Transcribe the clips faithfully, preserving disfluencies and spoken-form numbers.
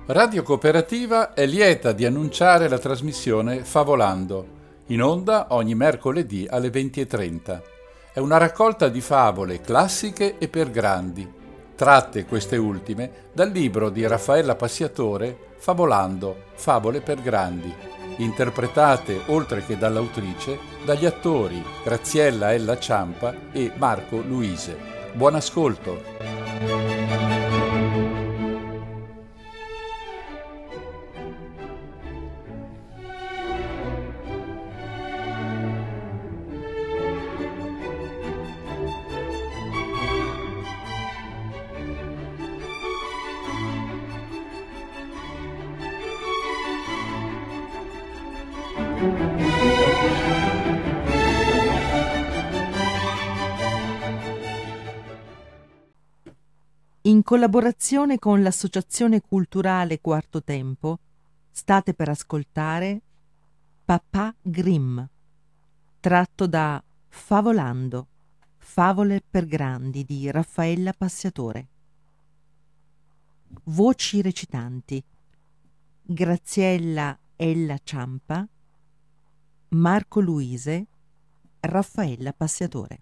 Radio Cooperativa è lieta di annunciare la trasmissione Favolando, in onda ogni mercoledì alle venti e trenta. È una raccolta di favole classiche e per grandi, tratte queste ultime dal libro di Raffaella Passiatore Favolando, favole per grandi, interpretate, oltre che dall'autrice, dagli attori Graziella Ella Ciampa e Marco Luise. Buon ascolto! In collaborazione con l'Associazione Culturale Quarto Tempo, state per ascoltare Papà Grimm, tratto da Favolando, favole per grandi di Raffaella Passiatore. Voci recitanti: Graziella Ella Ciampa, Marco Luise, Raffaella Passiatore.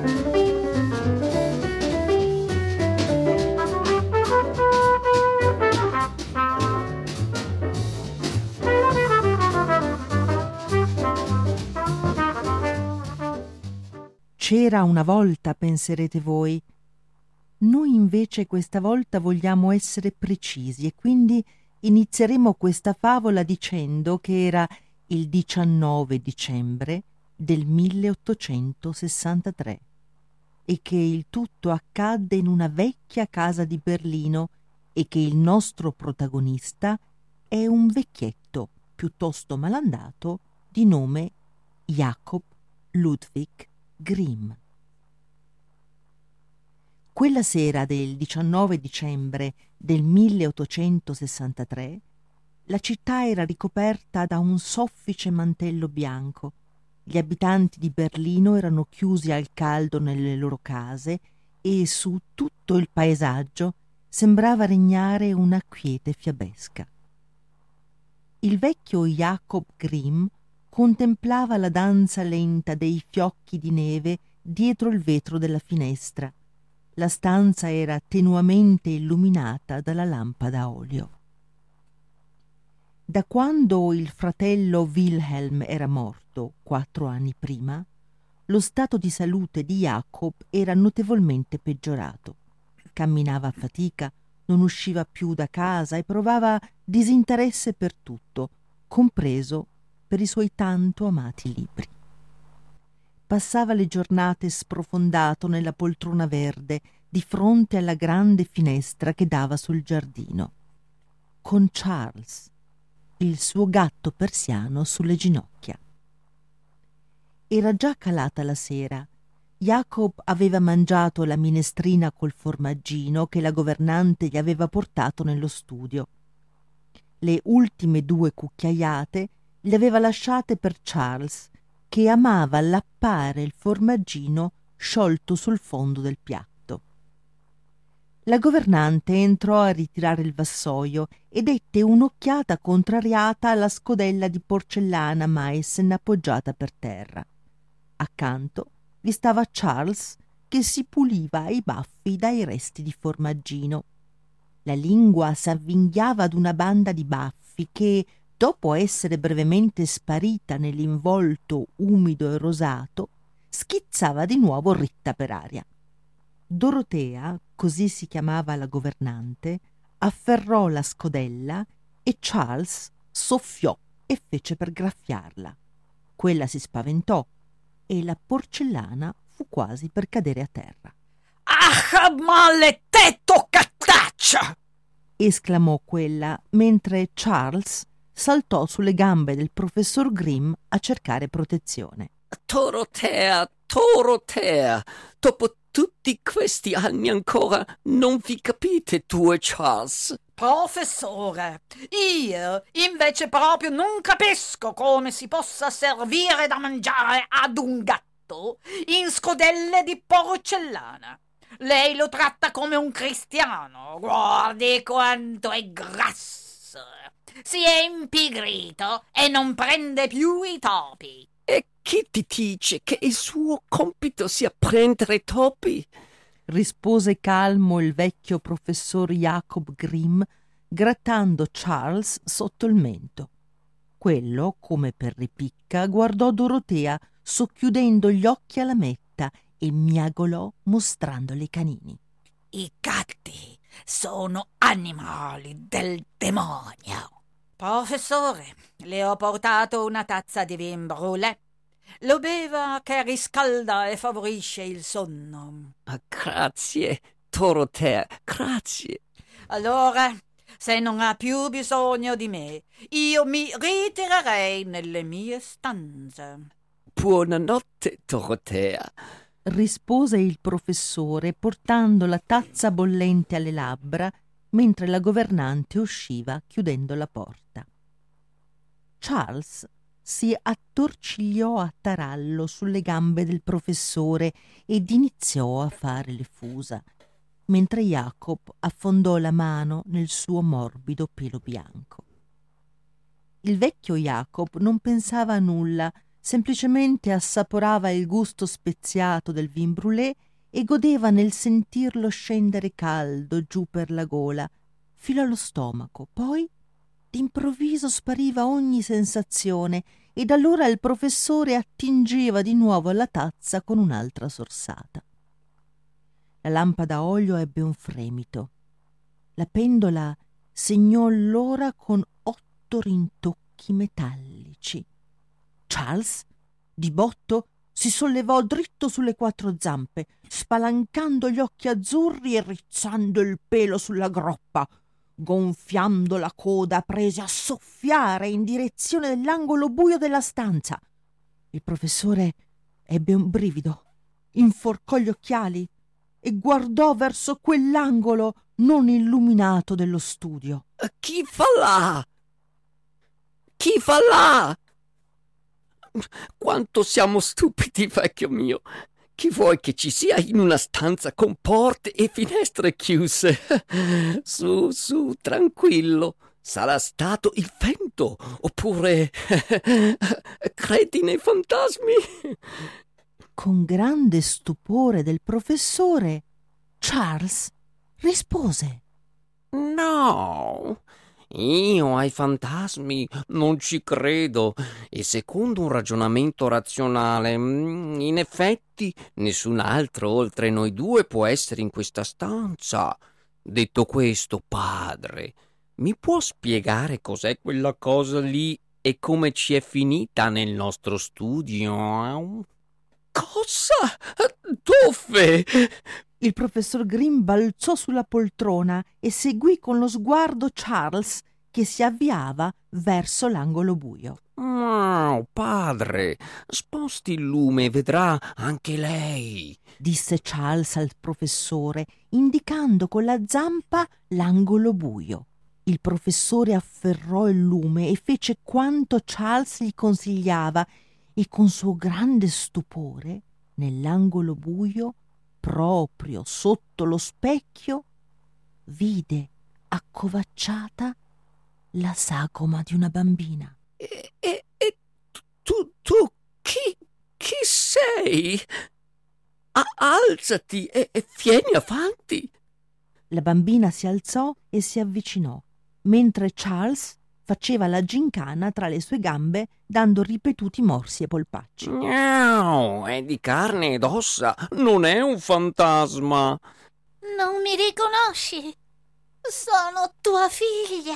C'era una volta, penserete voi. Noi invece questa volta vogliamo essere precisi e quindi inizieremo questa favola dicendo che era il diciannove dicembre del milleottocentosessantatré e che il tutto accadde in una vecchia casa di Berlino e che il nostro protagonista è un vecchietto piuttosto malandato di nome Jakob Ludwig Grimm. Quella sera del diciannove dicembre del milleottocentosessantatré la città era ricoperta da un soffice mantello bianco. Gli abitanti di Berlino erano chiusi al caldo nelle loro case e su tutto il paesaggio sembrava regnare una quiete fiabesca. Il vecchio Jakob Grimm contemplava la danza lenta dei fiocchi di neve dietro il vetro della finestra. La stanza era tenuamente illuminata dalla lampada a olio. Da quando il fratello Wilhelm era morto, quattro anni prima, lo stato di salute di Jakob era notevolmente peggiorato. Camminava a fatica, non usciva più da casa e provava disinteresse per tutto, compreso per i suoi tanto amati libri. Passava le giornate sprofondato nella poltrona verde di fronte alla grande finestra che dava sul giardino, con Charles, il suo gatto persiano, sulle ginocchia. Era già calata la sera. Jakob aveva mangiato la minestrina col formaggino che la governante gli aveva portato nello studio. Le ultime due cucchiaiate le aveva lasciate per Charles, che amava lappare il formaggino sciolto sul fondo del piatto. La governante entrò a ritirare il vassoio e dette un'occhiata contrariata alla scodella di porcellana Meissen appoggiata per terra. Accanto vi stava Charles, che si puliva i baffi dai resti di formaggino. La lingua s'avvinghiava ad una banda di baffi che, dopo essere brevemente sparita nell'involto umido e rosato, schizzava di nuovo ritta per aria. Dorotea, così si chiamava la governante, afferrò la scodella e Charles soffiò e fece per graffiarla. Quella si spaventò e la porcellana fu quasi per cadere a terra. «Ah, maledetto cattaccia!» esclamò quella, mentre Charles saltò sulle gambe del professor Grimm a cercare protezione. «Dorotea, Dorotea, dopo tutti questi anni ancora non vi capite tu e Charles?» «Professore, io invece proprio non capisco come si possa servire da mangiare ad un gatto in scodelle di porcellana. Lei lo tratta come un cristiano. Guardi quanto è grasso!» professore. Si è impigrito e non prende più i topi. E chi ti dice che il suo compito sia prendere topi? Rispose calmo il vecchio professor Jacob Grimm, grattando Charles sotto il mento. Quello, come per ripicca, guardò Dorotea socchiudendo gli occhi alla metta e miagolò mostrandole i canini. I gatti sono animali del demonio. Professore, le ho portato una tazza di vin brûlé. Lo beva che riscalda e favorisce il sonno. Ah, grazie, Dorotea, grazie. Allora, se non ha più bisogno di me, io mi ritirerei nelle mie stanze. Buonanotte, Dorotea, rispose il professore portando la tazza bollente alle labbra mentre la governante usciva chiudendo la porta. Charles si attorcigliò a tarallo sulle gambe del professore ed iniziò a fare le fusa, mentre Jacob affondò la mano nel suo morbido pelo bianco. Il vecchio Jacob non pensava a nulla, semplicemente assaporava il gusto speziato del vin brûlé e godeva nel sentirlo scendere caldo giù per la gola, fino allo stomaco. Poi d'improvviso spariva ogni sensazione ed allora il professore attingeva di nuovo alla tazza con un'altra sorsata. La lampada a olio ebbe un fremito. La pendola segnò l'ora con otto rintocchi metallici. Charles, di botto, si sollevò dritto sulle quattro zampe, spalancando gli occhi azzurri e rizzando il pelo sulla groppa. Gonfiando la coda, prese a soffiare in direzione dell'angolo buio della stanza. Il professore ebbe un brivido, inforcò gli occhiali e guardò verso quell'angolo non illuminato dello studio. Chi fa là? Chi fa là? Quanto siamo stupidi, vecchio mio. Chi vuoi che ci sia in una stanza con porte e finestre chiuse? Su, su, tranquillo. Sarà stato il vento, oppure credi nei fantasmi? Con grande stupore del professore, Charles rispose: No, io ai fantasmi non ci credo e secondo un ragionamento razionale, in effetti nessun altro oltre noi due può essere in questa stanza. Detto questo, padre, mi può spiegare cos'è quella cosa lì e come ci è finita nel nostro studio? Cosa? Dove? Il professor Grimm balzò sulla poltrona e seguì con lo sguardo Charles che si avviava verso l'angolo buio. Oh, padre, sposti il lume e vedrà anche lei, disse Charles al professore, indicando con la zampa l'angolo buio. Il professore afferrò il lume e fece quanto Charles gli consigliava e con suo grande stupore, nell'angolo buio, proprio sotto lo specchio, vide accovacciata la sagoma di una bambina. E, e, e tu, tu, chi, chi sei? A, alzati e, e vieni avanti. La bambina si alzò e si avvicinò, mentre Charles faceva la gincana tra le sue gambe, dando ripetuti morsi e polpacci. Miau, è di carne ed ossa, non è un fantasma. Non mi riconosci? Sono tua figlia.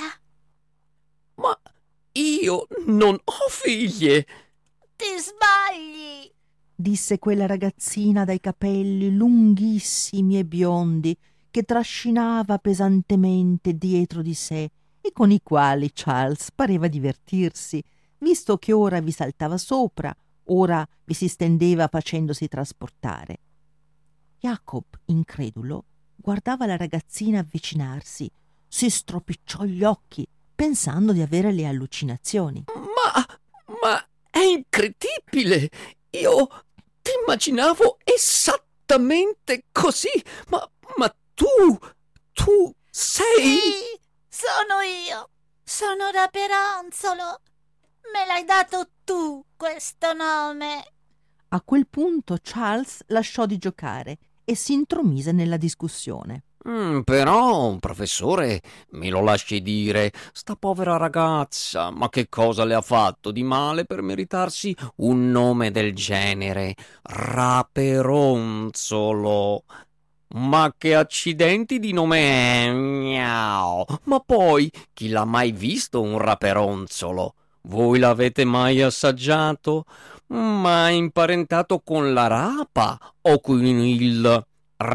Ma io non ho figlie. Ti sbagli, disse quella ragazzina dai capelli lunghissimi e biondi che trascinava pesantemente dietro di sé e con i quali Charles pareva divertirsi, visto che ora vi saltava sopra, ora vi si stendeva facendosi trasportare. Jacob, incredulo, guardava la ragazzina avvicinarsi, si stropicciò gli occhi, pensando di avere le allucinazioni. Ma, ma è incredibile! Io ti immaginavo esattamente così, ma, ma tu, tu sei... Sì, sono io. Raperonzolo, me l'hai dato tu questo nome. A quel punto Charles lasciò di giocare e si intromise nella discussione. Mm, però, professore, me lo lasci dire, sta povera ragazza, ma che cosa le ha fatto di male per meritarsi un nome del genere? Raperonzolo. Ma che accidenti di nome è? Miau. Ma poi, chi l'ha mai visto un raperonzolo? Voi l'avete mai assaggiato? Ma è imparentato con la rapa o con il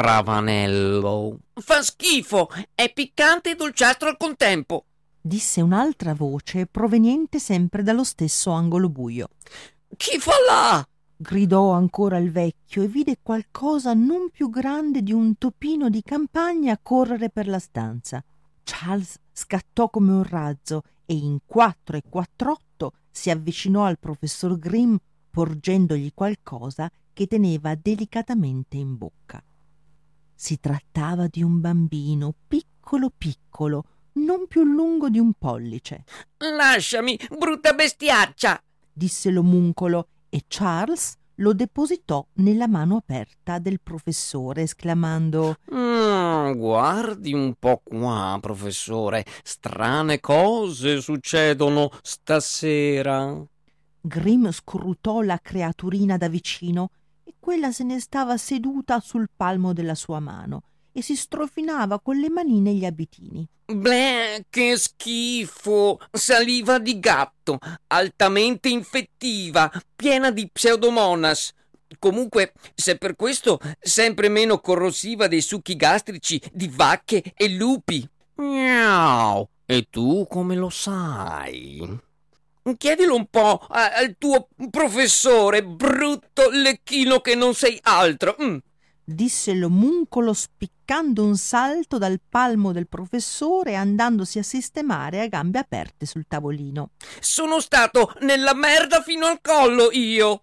ravanello? Fa schifo, è piccante e dolciastro al contempo, disse un'altra voce proveniente sempre dallo stesso angolo buio. Chi fa là? Gridò ancora il vecchio e vide qualcosa non più grande di un topino di campagna correre per la stanza. Charles scattò come un razzo e in quattro e quattr'otto si avvicinò al professor Grimm porgendogli qualcosa che teneva delicatamente in bocca. Si trattava di un bambino piccolo piccolo, non più lungo di un pollice. Lasciami, brutta bestiaccia, disse l'omuncolo, e Charles lo depositò nella mano aperta del professore, esclamando: mm, guardi un po' qua, professore, strane cose succedono stasera. Grimm scrutò la creaturina da vicino e quella se ne stava seduta sul palmo della sua mano e si strofinava con le manine gli abitini. Bleh, che schifo! Saliva di gatto, altamente infettiva, piena di pseudomonas. Comunque, se per questo, sempre meno corrosiva dei succhi gastrici di vacche e lupi. Miau! E tu come lo sai? Chiedilo un po' al tuo professore, brutto lecchino che non sei altro. Mm. Disse l'omuncolo spiccando un salto dal palmo del professore e andandosi a sistemare a gambe aperte sul tavolino. Sono stato nella merda fino al collo io.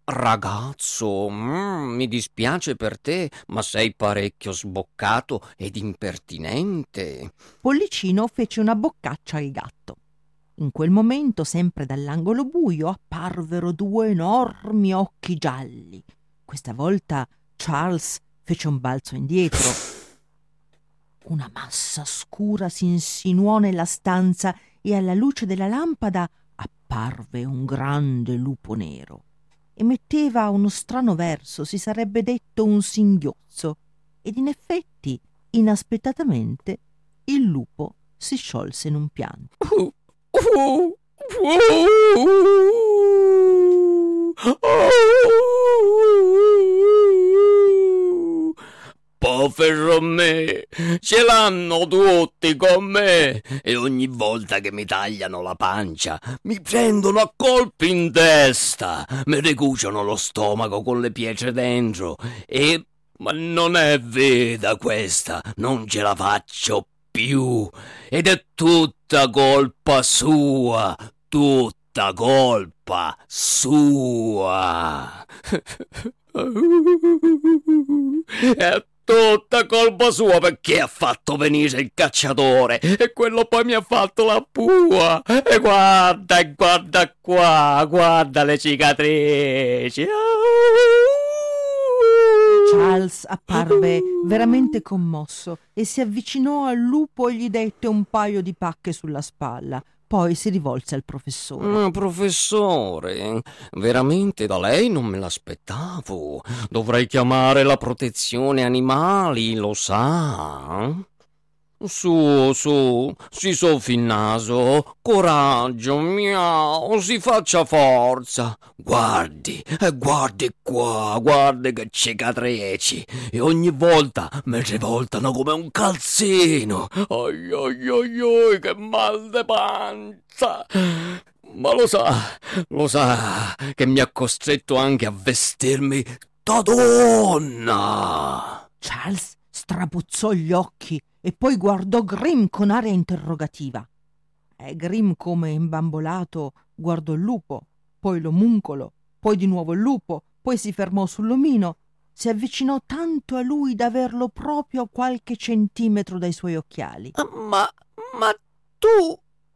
Ragazzo, mm, mi dispiace per te, ma sei parecchio sboccato ed impertinente. Pollicino fece una boccaccia al gatto. In quel momento, sempre dall'angolo buio, apparvero due enormi occhi gialli. Questa volta Charles fece un balzo indietro. Una massa scura si insinuò nella stanza e alla luce della lampada apparve un grande lupo nero. Emetteva uno strano verso, si sarebbe detto un singhiozzo, ed in effetti, inaspettatamente, il lupo si sciolse in un pianto. Uh, uh, uh, uh, Povero me, ce l'hanno tutti con me e ogni volta che mi tagliano la pancia mi prendono a colpi in testa, mi ricuciono lo stomaco con le pietre dentro e... ma non è veda questa, non ce la faccio più ed è tutta colpa sua, tutta colpa sua. È tutta colpa sua perché ha fatto venire il cacciatore e quello poi mi ha fatto la pua e guarda, guarda qua, guarda le cicatrici. Charles apparve veramente commosso e si avvicinò al lupo e gli dette un paio di pacche sulla spalla. Poi si rivolse al professore. Mm, professore, veramente da lei non me l'aspettavo. Dovrei chiamare la protezione animali, lo sa? Su, su, si soffi il naso, coraggio, miau, si faccia forza. Guardi, e guardi qua, guardi che cicatrici, e ogni volta mi rivoltano come un calzino. Ai ai ai ai, che mal de pancia. Ma lo sa, lo sa che mi ha costretto anche a vestirmi da donna. Charles strabuzzò gli occhi e poi guardò Grimm con aria interrogativa. E Grimm, come imbambolato, guardò il lupo, poi l'omuncolo, poi di nuovo il lupo, poi si fermò sull'omino, si avvicinò tanto a lui da averlo proprio a qualche centimetro dai suoi occhiali. Ma, ma tu,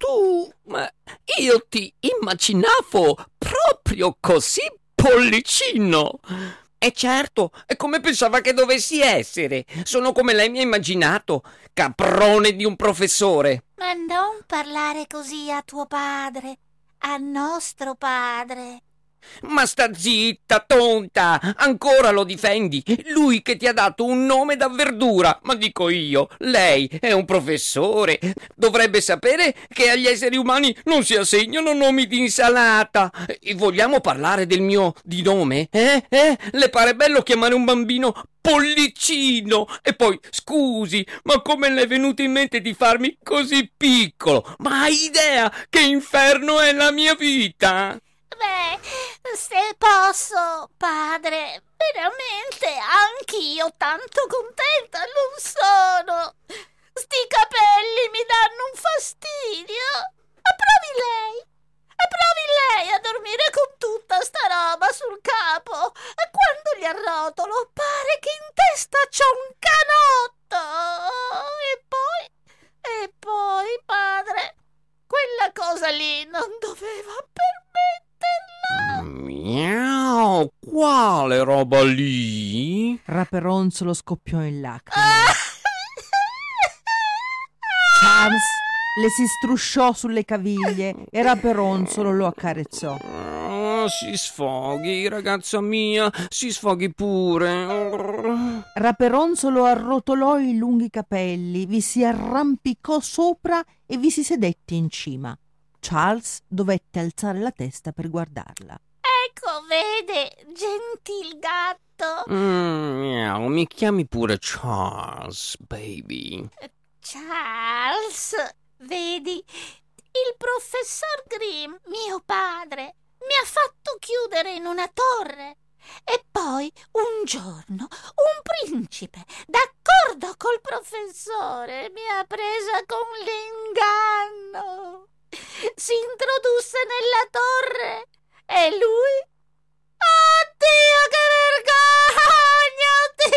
tu, ma io ti immaginavo proprio così pollicino. E certo, è come pensava che dovessi essere. Sono come lei mi ha immaginato, caprone di un professore. Ma non parlare così a tuo padre, a nostro padre. Ma sta zitta, tonta! Ancora lo difendi? Lui che ti ha dato un nome da verdura. Ma dico io, lei è un professore. Dovrebbe sapere che agli esseri umani non si assegnano nomi di insalata. E vogliamo parlare del mio di nome? Eh? Eh? Le pare bello chiamare un bambino Pollicino? E poi, scusi, ma come le è venuto in mente di farmi così piccolo? Ma hai idea che inferno è la mia vita? Beh, se posso, padre, veramente anch'io tanto contenta non sono. Sti capelli mi danno un fastidio. Approvi lei, approvi lei a dormire con tutta sta roba sul capo. E quando gli arrotolo pare che in testa c'ho un canotto. E poi, e poi, padre, quella cosa lì non doveva permetterla. Miau, quale roba lì? Raperonzolo scoppiò in lacrime. Charles le si strusciò sulle caviglie e Raperonzolo lo accarezzò. Oh, si sfoghi, ragazza mia, si sfoghi pure. Raperonzolo arrotolò i lunghi capelli, vi si arrampicò sopra e vi si sedette in cima. Charles dovette alzare la testa per guardarla. Ecco, vede, gentil gatto. Mm, miau, mi chiami pure Charles, baby. Charles, vedi, il professor Grimm, mio padre, mi ha fatto chiudere in una torre. E poi un giorno un principe, d'accordo col professore, mi ha presa con l'inganno. Si introdusse nella torre e lui... Oddio, che vergogna!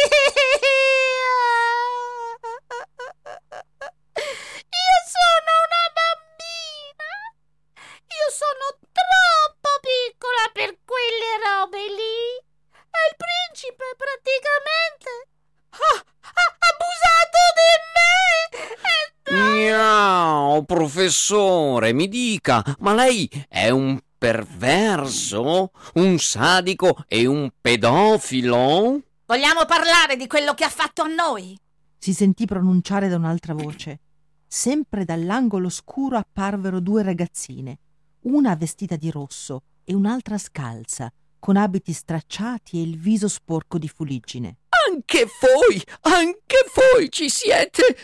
Oddio! Io sono una bambina! Io sono troppo piccola per quelle robe lì! E il principe praticamente ha, ha abusato di me! E Miau, professore, mi dica, ma lei è un perverso, un sadico e un pedofilo? Vogliamo parlare di quello che ha fatto a noi? Si sentì pronunciare da un'altra voce. Sempre dall'angolo scuro apparvero due ragazzine, una vestita di rosso e un'altra scalza, con abiti stracciati e il viso sporco di fuliggine. Anche voi, anche voi ci siete!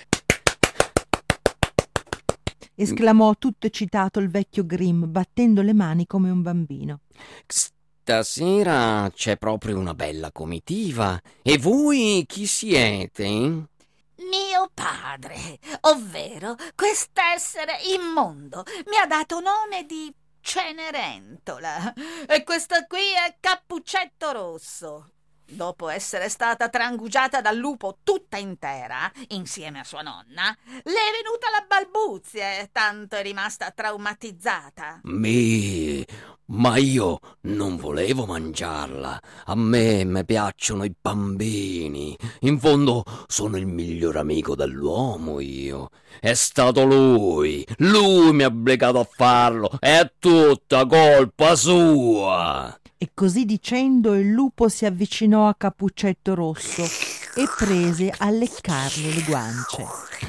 Esclamò tutto eccitato il vecchio Grimm, battendo le mani come un bambino. Stasera c'è proprio una bella comitiva. E voi chi siete? Mio padre, ovvero quest'essere immondo, mi ha dato nome di Cenerentola e questa qui è Cappuccetto Rosso. Dopo essere stata trangugiata dal lupo tutta intera, insieme a sua nonna, le è venuta la balbuzia e tanto è rimasta traumatizzata. Me, ma io non volevo mangiarla. A me mi piacciono i bambini. In fondo sono il miglior amico dell'uomo io. È stato lui, lui mi ha obbligato a farlo. È tutta colpa sua. E così dicendo il lupo si avvicinò a Cappuccetto Rosso e prese a leccarle le guance.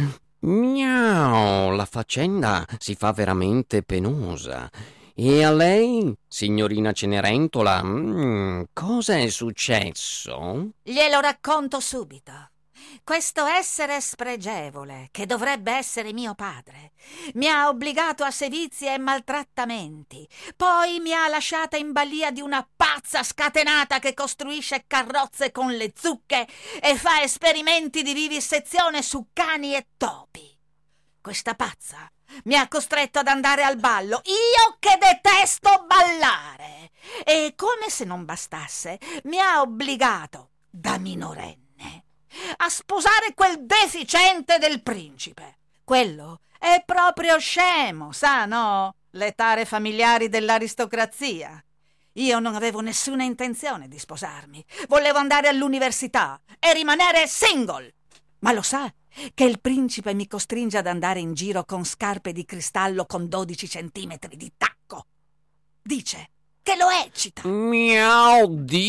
Miau, la faccenda si fa veramente penosa. E a lei, signorina Cenerentola, mm, cosa è successo? Glielo racconto subito. Questo essere spregevole, che dovrebbe essere mio padre, mi ha obbligato a sevizie e maltrattamenti. Poi mi ha lasciata in balia di una pazza scatenata che costruisce carrozze con le zucche e fa esperimenti di vivisezione su cani e topi. Questa pazza mi ha costretto ad andare al ballo, io che detesto ballare. E come se non bastasse, mi ha obbligato, da minorenne, a sposare quel deficiente del principe. Quello È proprio scemo, sa, no? Le tare familiari dell'aristocrazia. Io non avevo nessuna intenzione di sposarmi. Volevo andare all'università e rimanere single. Ma lo sa che il principe mi costringe ad andare in giro con scarpe di cristallo con dodici centimetri di tacco. Dice che lo eccita. Mio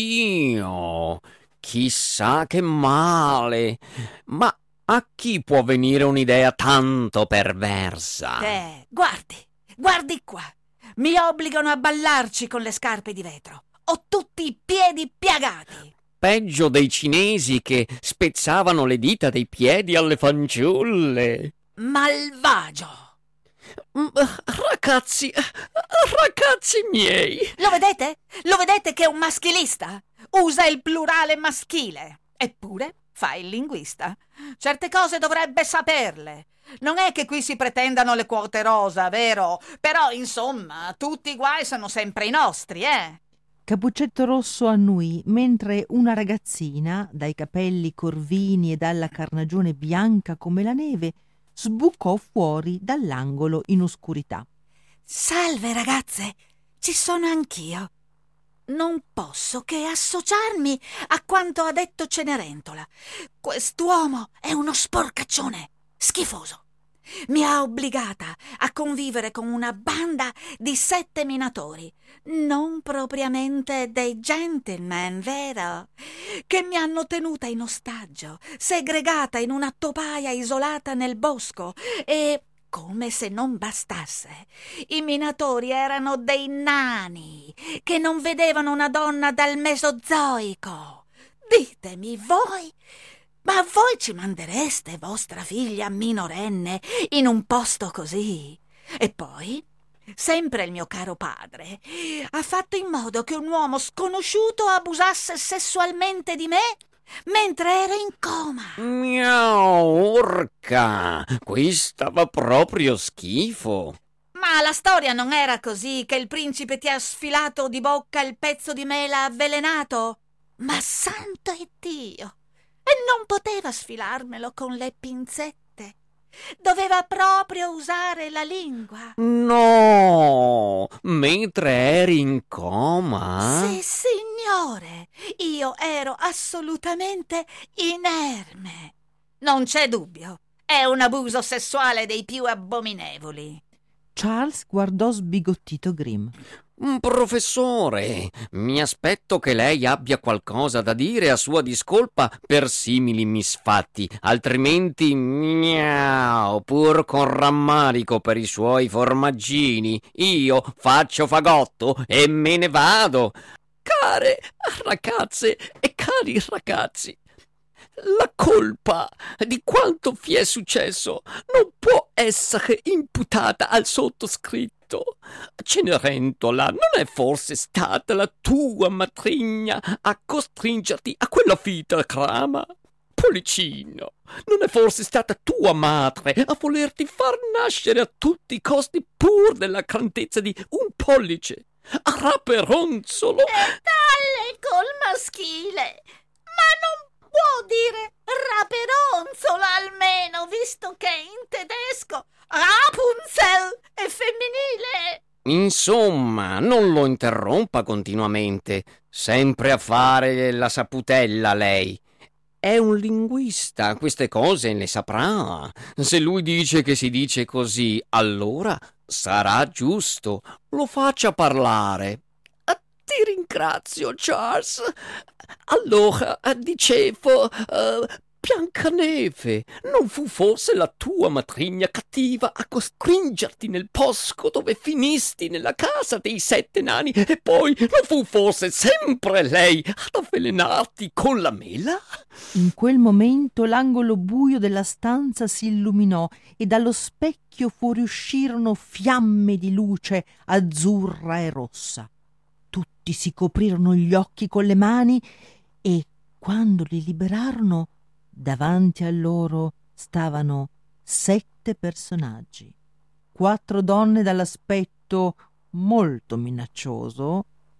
Dio! Chissà che male! Ma a chi può venire un'idea tanto perversa? Eh, guardi, guardi qua. Mi obbligano a ballarci con le scarpe di vetro. Ho tutti i piedi piagati. Peggio dei cinesi che spezzavano le dita dei piedi alle fanciulle. Malvagio. Mm, Ragazzi, ragazzi miei. Lo vedete? Lo vedete che è un maschilista? Usa il plurale maschile. Eppure fa il linguista. Certe cose dovrebbe saperle. Non è che qui si pretendano le quote rosa, vero? Però, insomma, tutti i guai sono sempre i nostri, eh? Cappuccetto Rosso annui mentre una ragazzina, dai capelli corvini e dalla carnagione bianca come la neve, sbucò fuori dall'angolo in oscurità. Salve, ragazze, ci sono anch'io. Non posso che associarmi a quanto ha detto Cenerentola. Quest'uomo è uno sporcaccione, schifoso. Mi ha obbligata a convivere con una banda di sette minatori, non propriamente dei gentleman, vero? Che mi hanno tenuta in ostaggio, segregata in una topaia isolata nel bosco e, come se non bastasse, i minatori erano dei nani che non vedevano una donna dal Mesozoico. Ditemi voi, ma voi ci mandereste vostra figlia minorenne in un posto così? E poi, sempre il mio caro padre ha fatto in modo che un uomo sconosciuto abusasse sessualmente di me mentre ero in coma. Miau, urca, qui stava proprio schifo. Ma la storia non era così, che il principe ti ha sfilato di bocca il pezzo di mela avvelenato? Ma santo Dio! E non poteva sfilarmelo con le pinzette. Doveva proprio usare la lingua. No, mentre eri in coma? Sì, signore, io ero assolutamente inerme. Non c'è dubbio, è un abuso sessuale dei più abominevoli. Charles guardò sbigottito Grimm. Professore, mi aspetto che lei abbia qualcosa da dire a sua discolpa per simili misfatti, altrimenti, miau, pur con rammarico per i suoi formaggini, io faccio fagotto e me ne vado. Care ragazze e cari ragazzi, la colpa di quanto vi è successo non può essere imputata al sottoscritto. Cenerentola, non è forse stata la tua matrigna a costringerti a quella vita crama? Pollicino, non è forse stata tua madre a volerti far nascere a tutti i costi pur della grandezza di un pollice? A raperonzolo? E dalle col maschile! Ma non può dire raperonzola almeno, visto che è in tedesco Rapunzel è femminile. Insomma, non lo interrompa continuamente, sempre a fare la saputella lei. È un linguista, queste cose le saprà. Se lui dice che si dice così, allora sarà giusto. Lo faccia parlare. Ti ringrazio, Charles. Allora, dicevo, uh, Biancaneve, non fu forse la tua matrigna cattiva a costringerti nel bosco dove finisti nella casa dei sette nani e poi non fu forse sempre lei ad avvelenarti con la mela? In quel momento l'angolo buio della stanza si illuminò e dallo specchio fuoriuscirono fiamme di luce azzurra e rossa. Tutti si coprirono gli occhi con le mani e, quando li liberarono, davanti a loro stavano sette personaggi, quattro donne dall'aspetto molto minaccioso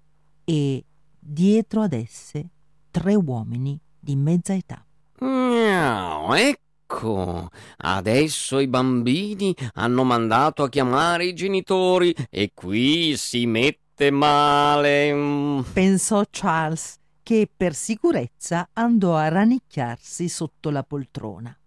e, dietro ad esse, tre uomini di mezza età. No, e ecco, adesso i bambini hanno mandato a chiamare i genitori e qui si mette male. Pensò Charles, che per sicurezza andò a rannicchiarsi sotto la poltrona.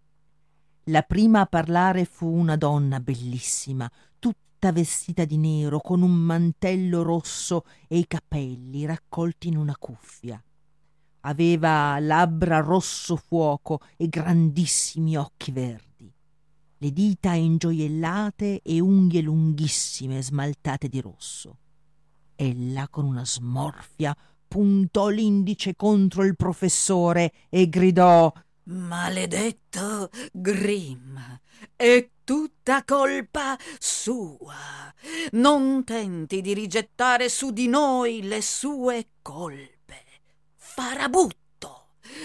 La prima a parlare fu una donna bellissima, tutta vestita di nero, con un mantello rosso e i capelli raccolti in una cuffia. Aveva labbra rosso fuoco e grandissimi occhi verdi, le dita ingioiellate e unghie lunghissime smaltate di rosso. Ella, con una smorfia, puntò l'indice contro il professore e gridò: «Maledetto Grimm, è tutta colpa sua. Non tenti di rigettare su di noi le sue colpe. Farabutto,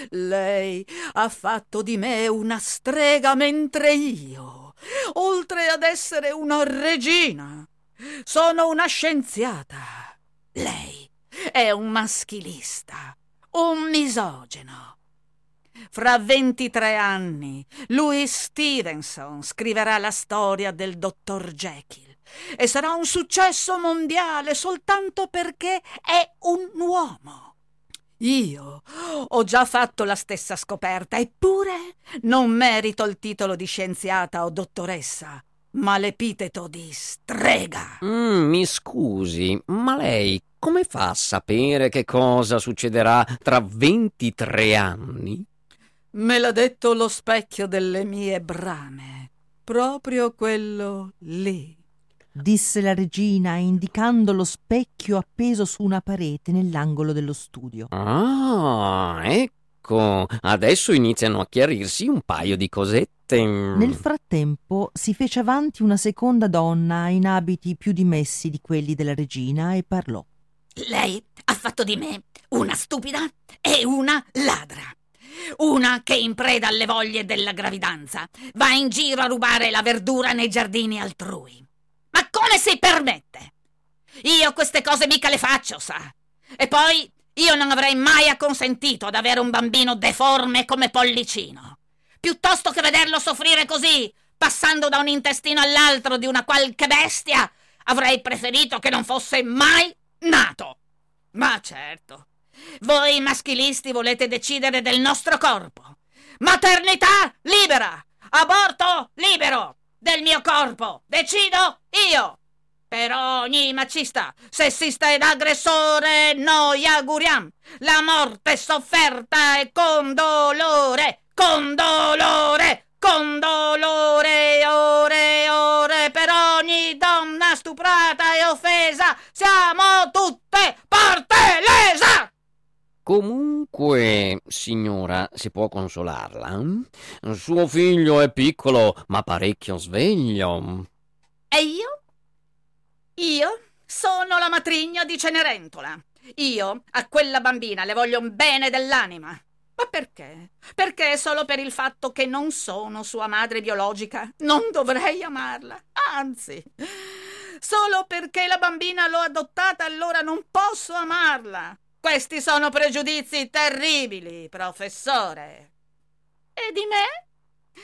lei ha fatto di me una strega, mentre io, oltre ad essere una regina, sono una scienziata. Lei è un maschilista, un misogino. Fra ventitré anni Louis Stevenson scriverà la storia del dottor Jekyll e sarà un successo mondiale soltanto perché è un uomo. Io ho già fatto la stessa scoperta, eppure non merito il titolo di scienziata o dottoressa, ma l'epiteto di strega». Mm, mi scusi, ma lei come fa a sapere che cosa succederà tra ventitré anni? Me l'ha detto lo specchio delle mie brame, proprio quello lì, disse la regina, indicando lo specchio appeso su una parete nell'angolo dello studio. Ah, ecco, adesso iniziano a chiarirsi un paio di cosette. Nel frattempo si fece avanti una seconda donna in abiti più dimessi di quelli della regina e parlò. Lei ha fatto di me una stupida e una ladra. Una che, in preda alle voglie della gravidanza, va in giro a rubare la verdura nei giardini altrui. Ma come si permette? Io queste cose mica le faccio, sa. E poi io non avrei mai acconsentito ad avere un bambino deforme come Pollicino. Piuttosto che vederlo soffrire così, passando da un intestino all'altro di una qualche bestia, avrei preferito che non fosse mai nato. Ma certo, voi maschilisti volete decidere del nostro corpo. Maternità libera, aborto libero. Del mio corpo decido io. Per ogni macista, sessista ed aggressore noi auguriamo la morte sofferta e con dolore, con dolore, con dolore, ore, ore. Per ogni donna stuprata e offesa siamo tutte parte lesa. Comunque, signora, si può consolarla? Suo figlio è piccolo, ma parecchio sveglio. E io? Io sono la matrigna di Cenerentola. Io a quella bambina le voglio un bene dell'anima. Ma perché? Perché solo per il fatto che non sono sua madre biologica non dovrei amarla. Anzi, solo perché la bambina l'ho adottata allora non posso amarla. Questi sono pregiudizi terribili, professore. E di me?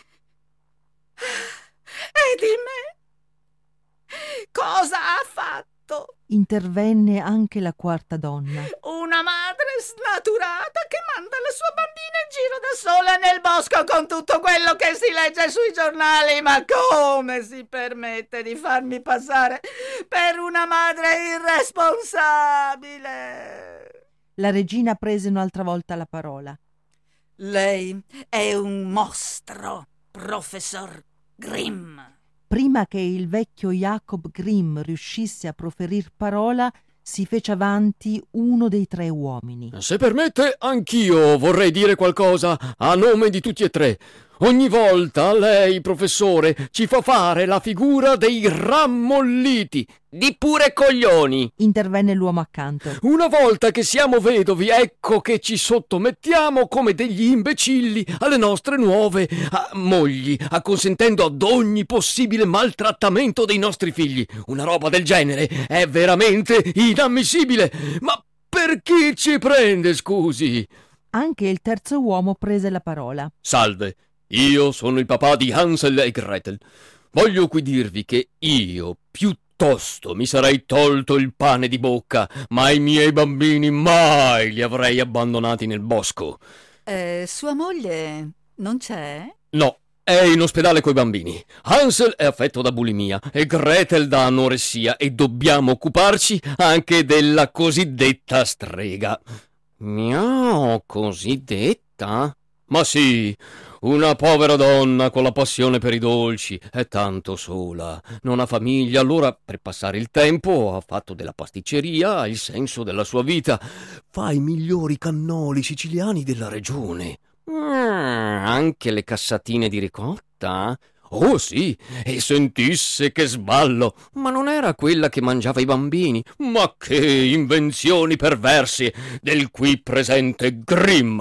E di me? Cosa ha fatto? Intervenne anche la quarta donna. Una madre snaturata che manda la sua bambina in giro da sola nel bosco con tutto quello che si legge sui giornali. Ma come si permette di farmi passare per una madre irresponsabile? La regina prese un'altra volta la parola. Lei è un mostro, professor Grimm. Prima che il vecchio Jacob Grimm riuscisse a proferir parola, si fece avanti uno dei tre uomini. Se permette, anch'io vorrei dire qualcosa a nome di tutti e tre. Ogni volta lei, professore, ci fa fare la figura dei rammolliti. Di pure coglioni, intervenne l'uomo accanto. Una volta che siamo vedovi, ecco che ci sottomettiamo come degli imbecilli alle nostre nuove a, mogli, acconsentendo ad ogni possibile maltrattamento dei nostri figli. Una roba del genere è veramente inammissibile. Ma per chi ci prende, scusi? Anche il terzo uomo prese la parola. Salve. Io sono il papà di Hansel e Gretel. Voglio qui dirvi che io, piuttosto, mi sarei tolto il pane di bocca, ma i miei bambini mai li avrei abbandonati nel bosco. Eh, sua moglie non c'è? No, è in ospedale coi bambini. Hansel è affetto da bulimia e Gretel da anoressia e dobbiamo occuparci anche della cosiddetta strega. Miau, cosiddetta? Ma sì, una povera donna con la passione per i dolci, è tanto sola, non ha famiglia, allora per passare il tempo ha fatto della pasticceria il senso della sua vita. Fa i migliori cannoli siciliani della regione. Mm, anche le cassatine di ricotta? Oh sì, e sentisse che sballo! Ma non era quella che mangiava i bambini? Ma che invenzioni perverse del qui presente Grimm!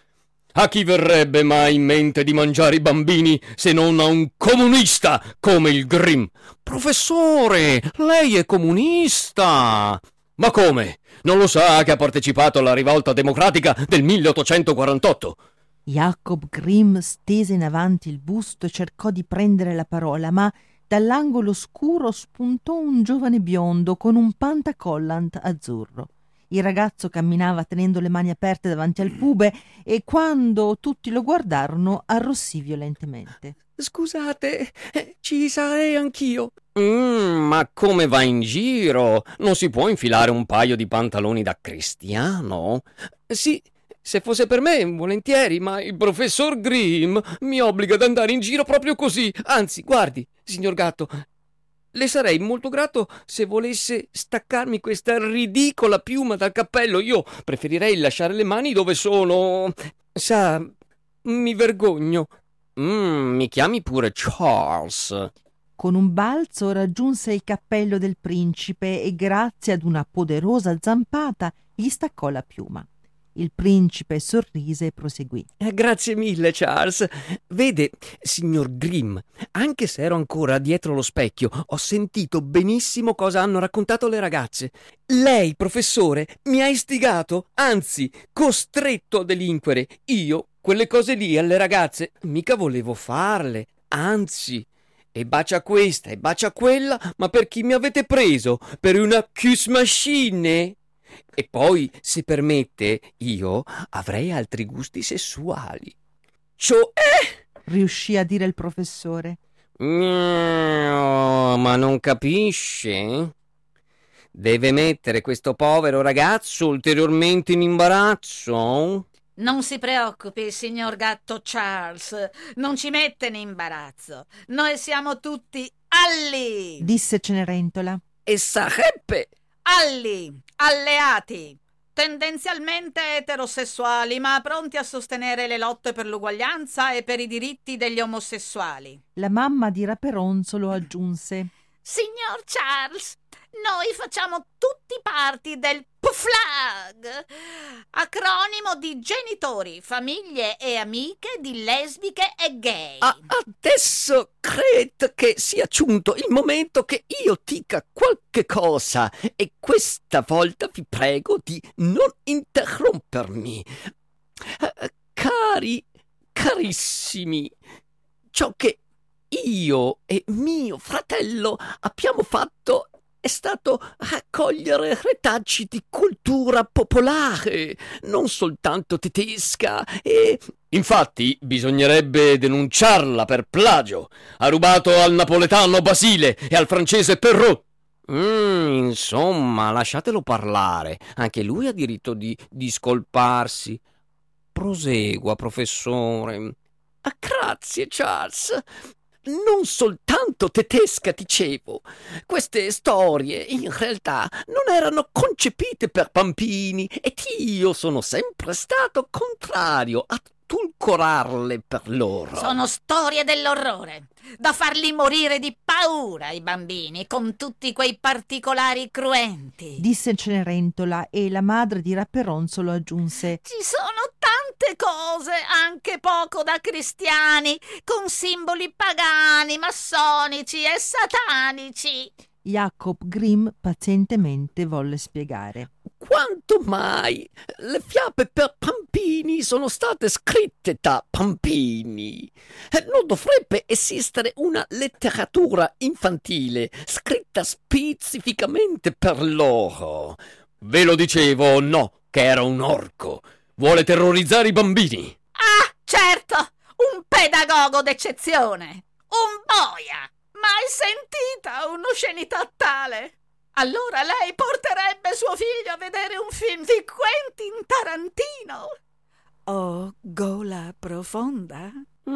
A chi verrebbe mai in mente di mangiare i bambini se non a un comunista come il Grimm? Professore, lei è comunista! Ma come? Non lo sa che ha partecipato alla rivolta democratica del milleottocentoquarantotto? Jacob Grimm stese in avanti il busto e cercò di prendere la parola, ma dall'angolo scuro spuntò un giovane biondo con un pantacollant azzurro. Il ragazzo camminava tenendo le mani aperte davanti al pube e quando tutti lo guardarono arrossì violentemente. Scusate, ci sarei anch'io. Mm, ma come va in giro? Non si può infilare un paio di pantaloni da cristiano? Sì, se fosse per me, volentieri, ma il professor Grimm mi obbliga ad andare in giro proprio così. Anzi, guardi, signor Gatto, le sarei molto grato se volesse staccarmi questa ridicola piuma dal cappello. Io preferirei lasciare le mani dove sono. Sa, mi vergogno. Mm, mi chiami pure Charles. Con un balzo raggiunse il cappello del principe e grazie ad una poderosa zampata gli staccò la piuma. Il principe sorrise e proseguì. Eh, grazie mille, Charles. Vede, signor Grimm, anche se ero ancora dietro lo specchio, ho sentito benissimo cosa hanno raccontato le ragazze. Lei, professore, mi ha istigato, anzi, costretto a delinquere. Io, quelle cose lì alle ragazze, mica volevo farle, anzi. E bacia questa e bacia quella, ma per chi mi avete preso? Per una kiss machine? E poi, se permette, io avrei altri gusti sessuali. Cioè... riuscì a dire il professore. No, ma non capisce? Deve mettere questo povero ragazzo ulteriormente in imbarazzo? Non si preoccupi, signor Gatto Charles, non ci mette in imbarazzo. Noi siamo tutti alli, disse Cenerentola. E sarebbe... alli, alleati, tendenzialmente eterosessuali, ma pronti a sostenere le lotte per l'uguaglianza e per i diritti degli omosessuali. La mamma di Raperonzolo aggiunse. Signor Charles, noi facciamo tutti parte del P F L A G, acronimo di genitori, famiglie e amiche di lesbiche e gay. Ah, adesso credo che sia giunto il momento che io dica qualche cosa e questa volta vi prego di non interrompermi. Uh, cari, carissimi, ciò che io e mio fratello abbiamo fatto è stato raccogliere retaggi di cultura popolare, non soltanto tedesca, e infatti bisognerebbe denunciarla per plagio. Ha rubato al napoletano Basile e al francese Perrault. Mm, insomma, lasciatelo parlare. Anche lui ha diritto di discolparsi. Prosegua, professore. Ah, grazie, Charles. Non soltanto tedesca, dicevo. Queste storie in realtà non erano concepite per bambini ed io sono sempre stato contrario a edulcorarle per loro. Sono storie dell'orrore, da farli morire di paura i bambini, con tutti quei particolari cruenti, disse Cenerentola e la madre di Raperonzolo aggiunse. Ci sono tante cose, anche poco da cristiani, con simboli pagani, massonici e satanici. Jacob Grimm pazientemente volle spiegare. quanto mai le fiabe per bambini sono state scritte da bambini. Non dovrebbe esistere una letteratura infantile scritta specificamente per loro. Ve lo dicevo, no, che era un orco. Vuole terrorizzare i bambini. Ah, certo, un pedagogo d'eccezione, un boia. Mai sentita un'oscenità tale? Allora lei porterebbe suo figlio a vedere un film di Quentin Tarantino? O Gola profonda?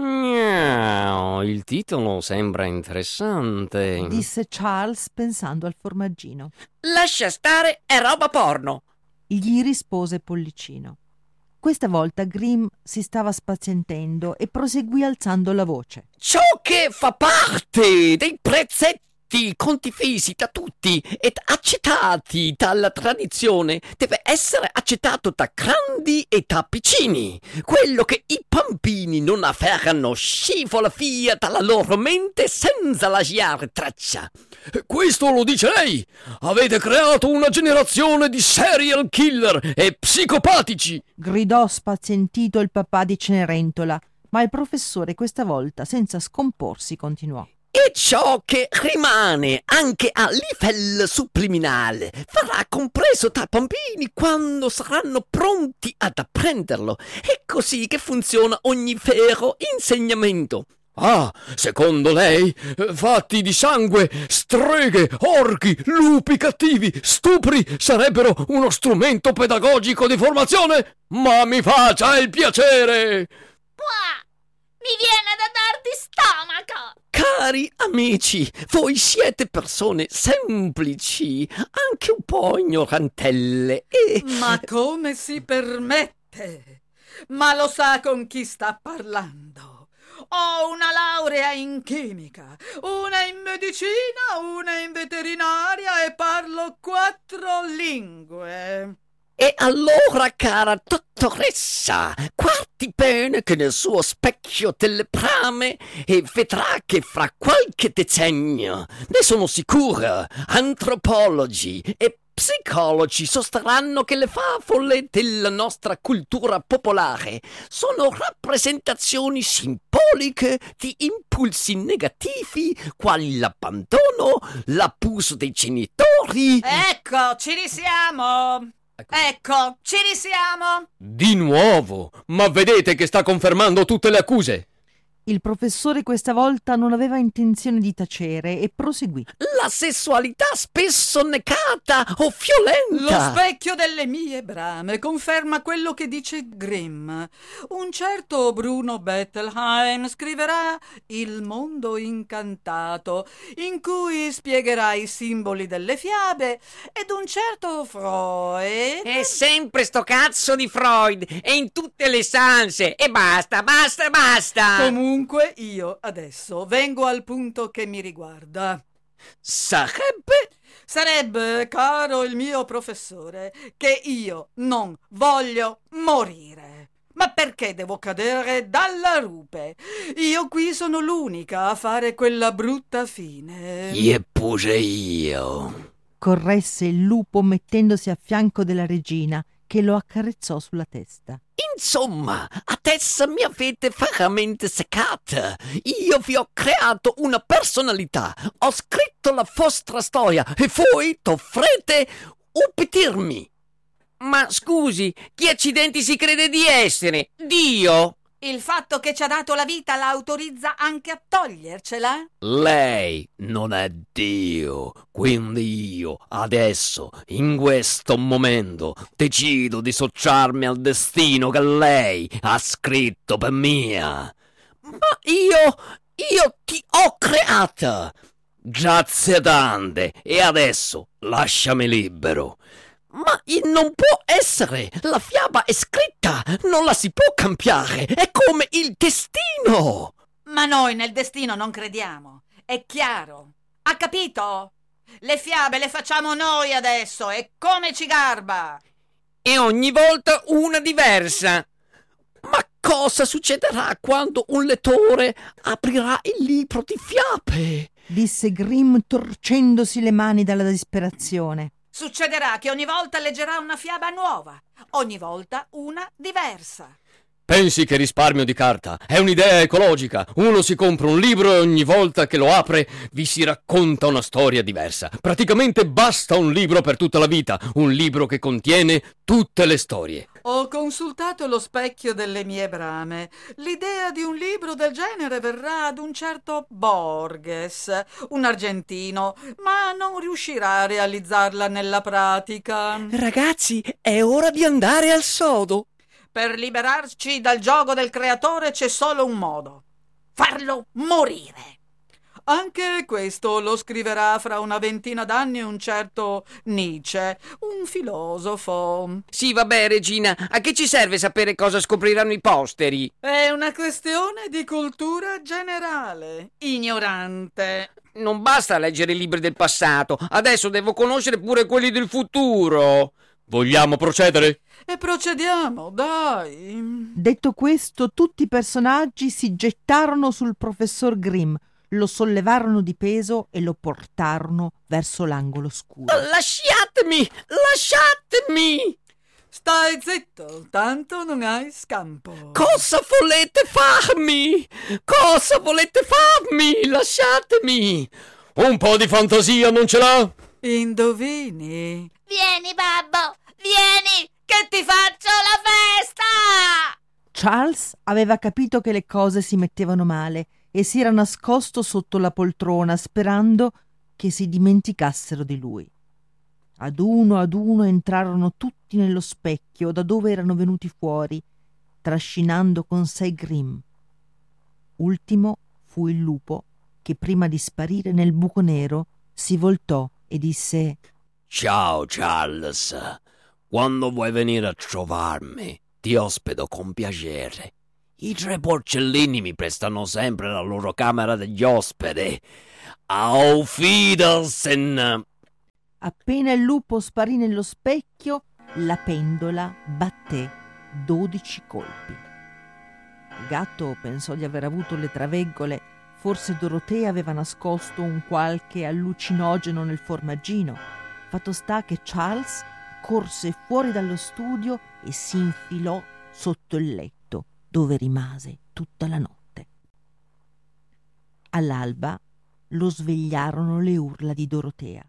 Miau, il titolo sembra interessante. Disse Charles pensando al formaggino. Lascia stare, è roba porno. Gli rispose Pollicino. Questa volta Grimm si stava spazientendo e proseguì alzando la voce. Ciò che fa parte dei precetti condivisi da tutti ed accettati dalla tradizione deve essere accettato da grandi e da piccini. Quello che i bambini non afferrano scivola via dalla loro mente senza lasciare traccia. Questo lo dice lei! Avete creato una generazione di serial killer e psicopatici! Gridò spazientito il papà di Cenerentola, ma il professore questa volta, senza scomporsi, continuò. E ciò che rimane anche a livello subliminale verrà compreso dai bambini quando saranno pronti ad apprenderlo. È così che funziona ogni vero insegnamento. Ah, secondo lei, fatti di sangue, streghe, orchi, lupi cattivi, stupri sarebbero uno strumento pedagogico di formazione? Ma mi faccia il piacere! Buah! Mi viene da darti stomaco! Cari amici, voi siete persone semplici, anche un po' ignorantelle e... Ma come si permette? Ma lo sa con chi sta parlando? Ho una laurea in chimica, una in medicina, una in veterinaria e parlo quattro lingue. E allora, cara dottoressa, guardi bene che nel suo specchio delle brame e vedrà che fra qualche decennio, ne sono sicura, antropologi e psicologi sosterranno che le favole della nostra cultura popolare sono rappresentazioni simboliche di impulsi negativi quali l'abbandono, l'abuso dei genitori. Ecco, ci risiamo! Ecco, ci risiamo! Di nuovo? Ma vedete che sta confermando tutte le accuse? Il professore questa volta non aveva intenzione di tacere e proseguì. La sessualità spesso negata o violenta. Lo specchio delle mie brame conferma quello che dice Grimm. Un certo Bruno Bettelheim scriverà Il mondo incantato, in cui spiegherà i simboli delle fiabe, ed un certo Freud... È sempre sto cazzo di Freud, è in tutte le salse, e basta, basta, basta! Comunque io adesso vengo al punto che mi riguarda. Sarebbe? Sarebbe, caro il mio professore, che io non voglio morire. Ma perché devo cadere dalla rupe? Io qui sono l'unica a fare quella brutta fine. E pure io. Corresse il lupo mettendosi a fianco della regina, che lo accarezzò sulla testa. Insomma, adesso mi avete veramente seccata. Io vi ho creato una personalità, ho scritto la vostra storia e voi dovrete ubbidirmi. Ma scusi, chi accidenti si crede di essere? Dio? Il fatto che ci ha dato la vita la autorizza anche a togliercela? Lei non è Dio, quindi io adesso, in questo momento, decido di associarmi al destino che lei ha scritto per mia. Ma io, io ti ho creata. Grazie tante, e adesso lasciami libero. Ma non può essere! La fiaba è scritta! Non la si può cambiare! È come il destino! Ma noi nel destino non crediamo. È chiaro. Ha capito? Le fiabe le facciamo noi adesso e come ci garba! E ogni volta una diversa! Ma cosa succederà quando un lettore aprirà il libro di fiabe? Disse Grimm torcendosi le mani dalla disperazione. Succederà che ogni volta leggerà una fiaba nuova, ogni volta una diversa. Pensi che risparmio di carta? È un'idea ecologica. Uno si compra un libro e ogni volta che lo apre vi si racconta una storia diversa. Praticamente basta un libro per tutta la vita, un libro che contiene tutte le storie. Ho consultato lo specchio delle mie brame. L'idea di un libro del genere verrà ad un certo Borges, un argentino, ma non riuscirà a realizzarla nella pratica. Ragazzi, è ora di andare al sodo. Per liberarci dal giogo del creatore c'è solo un modo: farlo morire. Anche questo lo scriverà fra una ventina d'anni un certo Nietzsche, un filosofo. Sì, vabbè, Regina, a che ci serve sapere cosa scopriranno i posteri? È una questione di cultura generale, ignorante. Non basta leggere i libri del passato, adesso devo conoscere pure quelli del futuro. Vogliamo procedere? E procediamo, dai. Detto questo, tutti i personaggi si gettarono sul professor Grimm, lo sollevarono di peso e lo portarono verso l'angolo scuro. Lasciatemi! Lasciatemi! Stai zitto, tanto non hai scampo. Cosa volete farmi? Cosa volete farmi? Lasciatemi! Un po' di fantasia non ce l'ha? Indovini? Vieni, babbo, vieni, che ti faccio la festa! Charles aveva capito che le cose si mettevano male e si era nascosto sotto la poltrona sperando che si dimenticassero di lui. Ad uno ad uno entrarono tutti nello specchio da dove erano venuti fuori, trascinando con sé Grimm. Ultimo fu il lupo che, prima di sparire nel buco nero, si voltò e disse: Ciao Charles, quando vuoi venire a trovarmi ti ospito con piacere. I tre porcellini mi prestano sempre la loro camera degli ospiti. Auf Wiedersehen! Appena il lupo sparì nello specchio, la pendola batté dodici colpi. Il gatto pensò di aver avuto le traveggole. Forse Dorotea aveva nascosto un qualche allucinogeno nel formaggino. Fatto sta che Charles corse fuori dallo studio e si infilò sotto il letto, dove rimase tutta la notte. All'alba lo svegliarono le urla di Dorotea.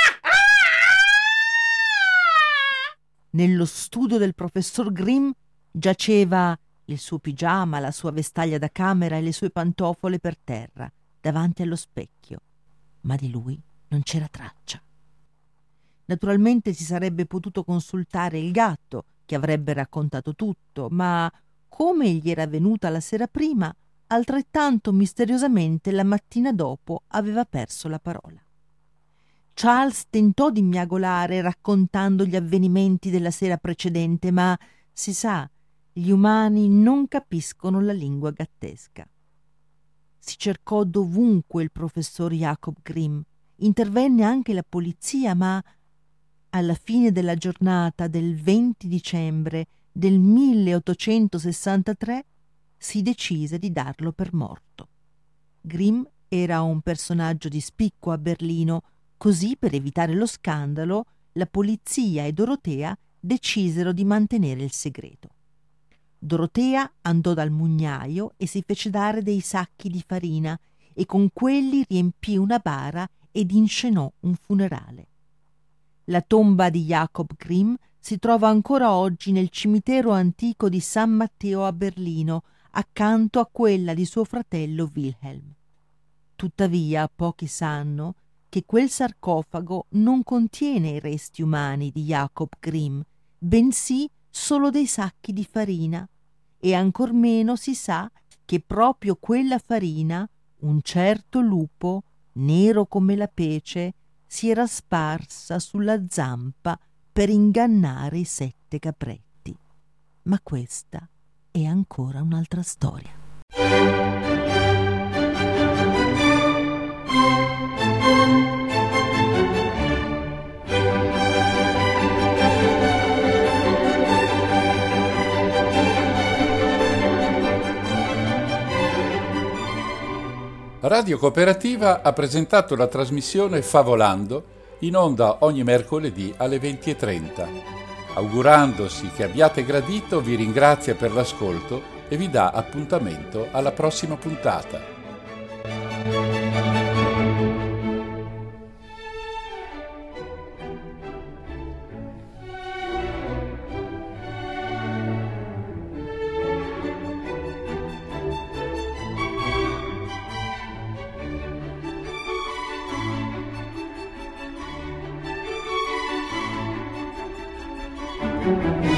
Nello studio del professor Grimm giaceva il suo pigiama, la sua vestaglia da camera e le sue pantofole per terra, davanti allo specchio, ma di lui non c'era traccia. Naturalmente si sarebbe potuto consultare il gatto, che avrebbe raccontato tutto, ma come gli era venuta la sera prima, altrettanto misteriosamente la mattina dopo aveva perso la parola. Charles tentò di miagolare raccontando gli avvenimenti della sera precedente, ma si sa, gli umani non capiscono la lingua gattesca. Si cercò dovunque il professor Jacob Grimm, intervenne anche la polizia, ma alla fine della giornata del venti dicembre del milleottocentosessantatré si decise di darlo per morto. Grimm era un personaggio di spicco a Berlino. Così, per evitare lo scandalo, la polizia e Dorotea decisero di mantenere il segreto. Dorotea andò dal mugnaio e si fece dare dei sacchi di farina e con quelli riempì una bara ed inscenò un funerale. La tomba di Jacob Grimm si trova ancora oggi nel cimitero antico di San Matteo a Berlino, accanto a quella di suo fratello Wilhelm. Tuttavia, pochi sanno che quel sarcofago non contiene i resti umani di Jacob Grimm, bensì solo dei sacchi di farina, e ancor meno si sa che proprio quella farina un certo lupo, nero come la pece, si era sparsa sulla zampa per ingannare i sette capretti. Ma questa è ancora un'altra storia. Radio Cooperativa ha presentato la trasmissione Favolando, in onda ogni mercoledì alle venti e trenta. Augurandosi che abbiate gradito, vi ringrazia per l'ascolto e vi dà appuntamento alla prossima puntata. Thank you.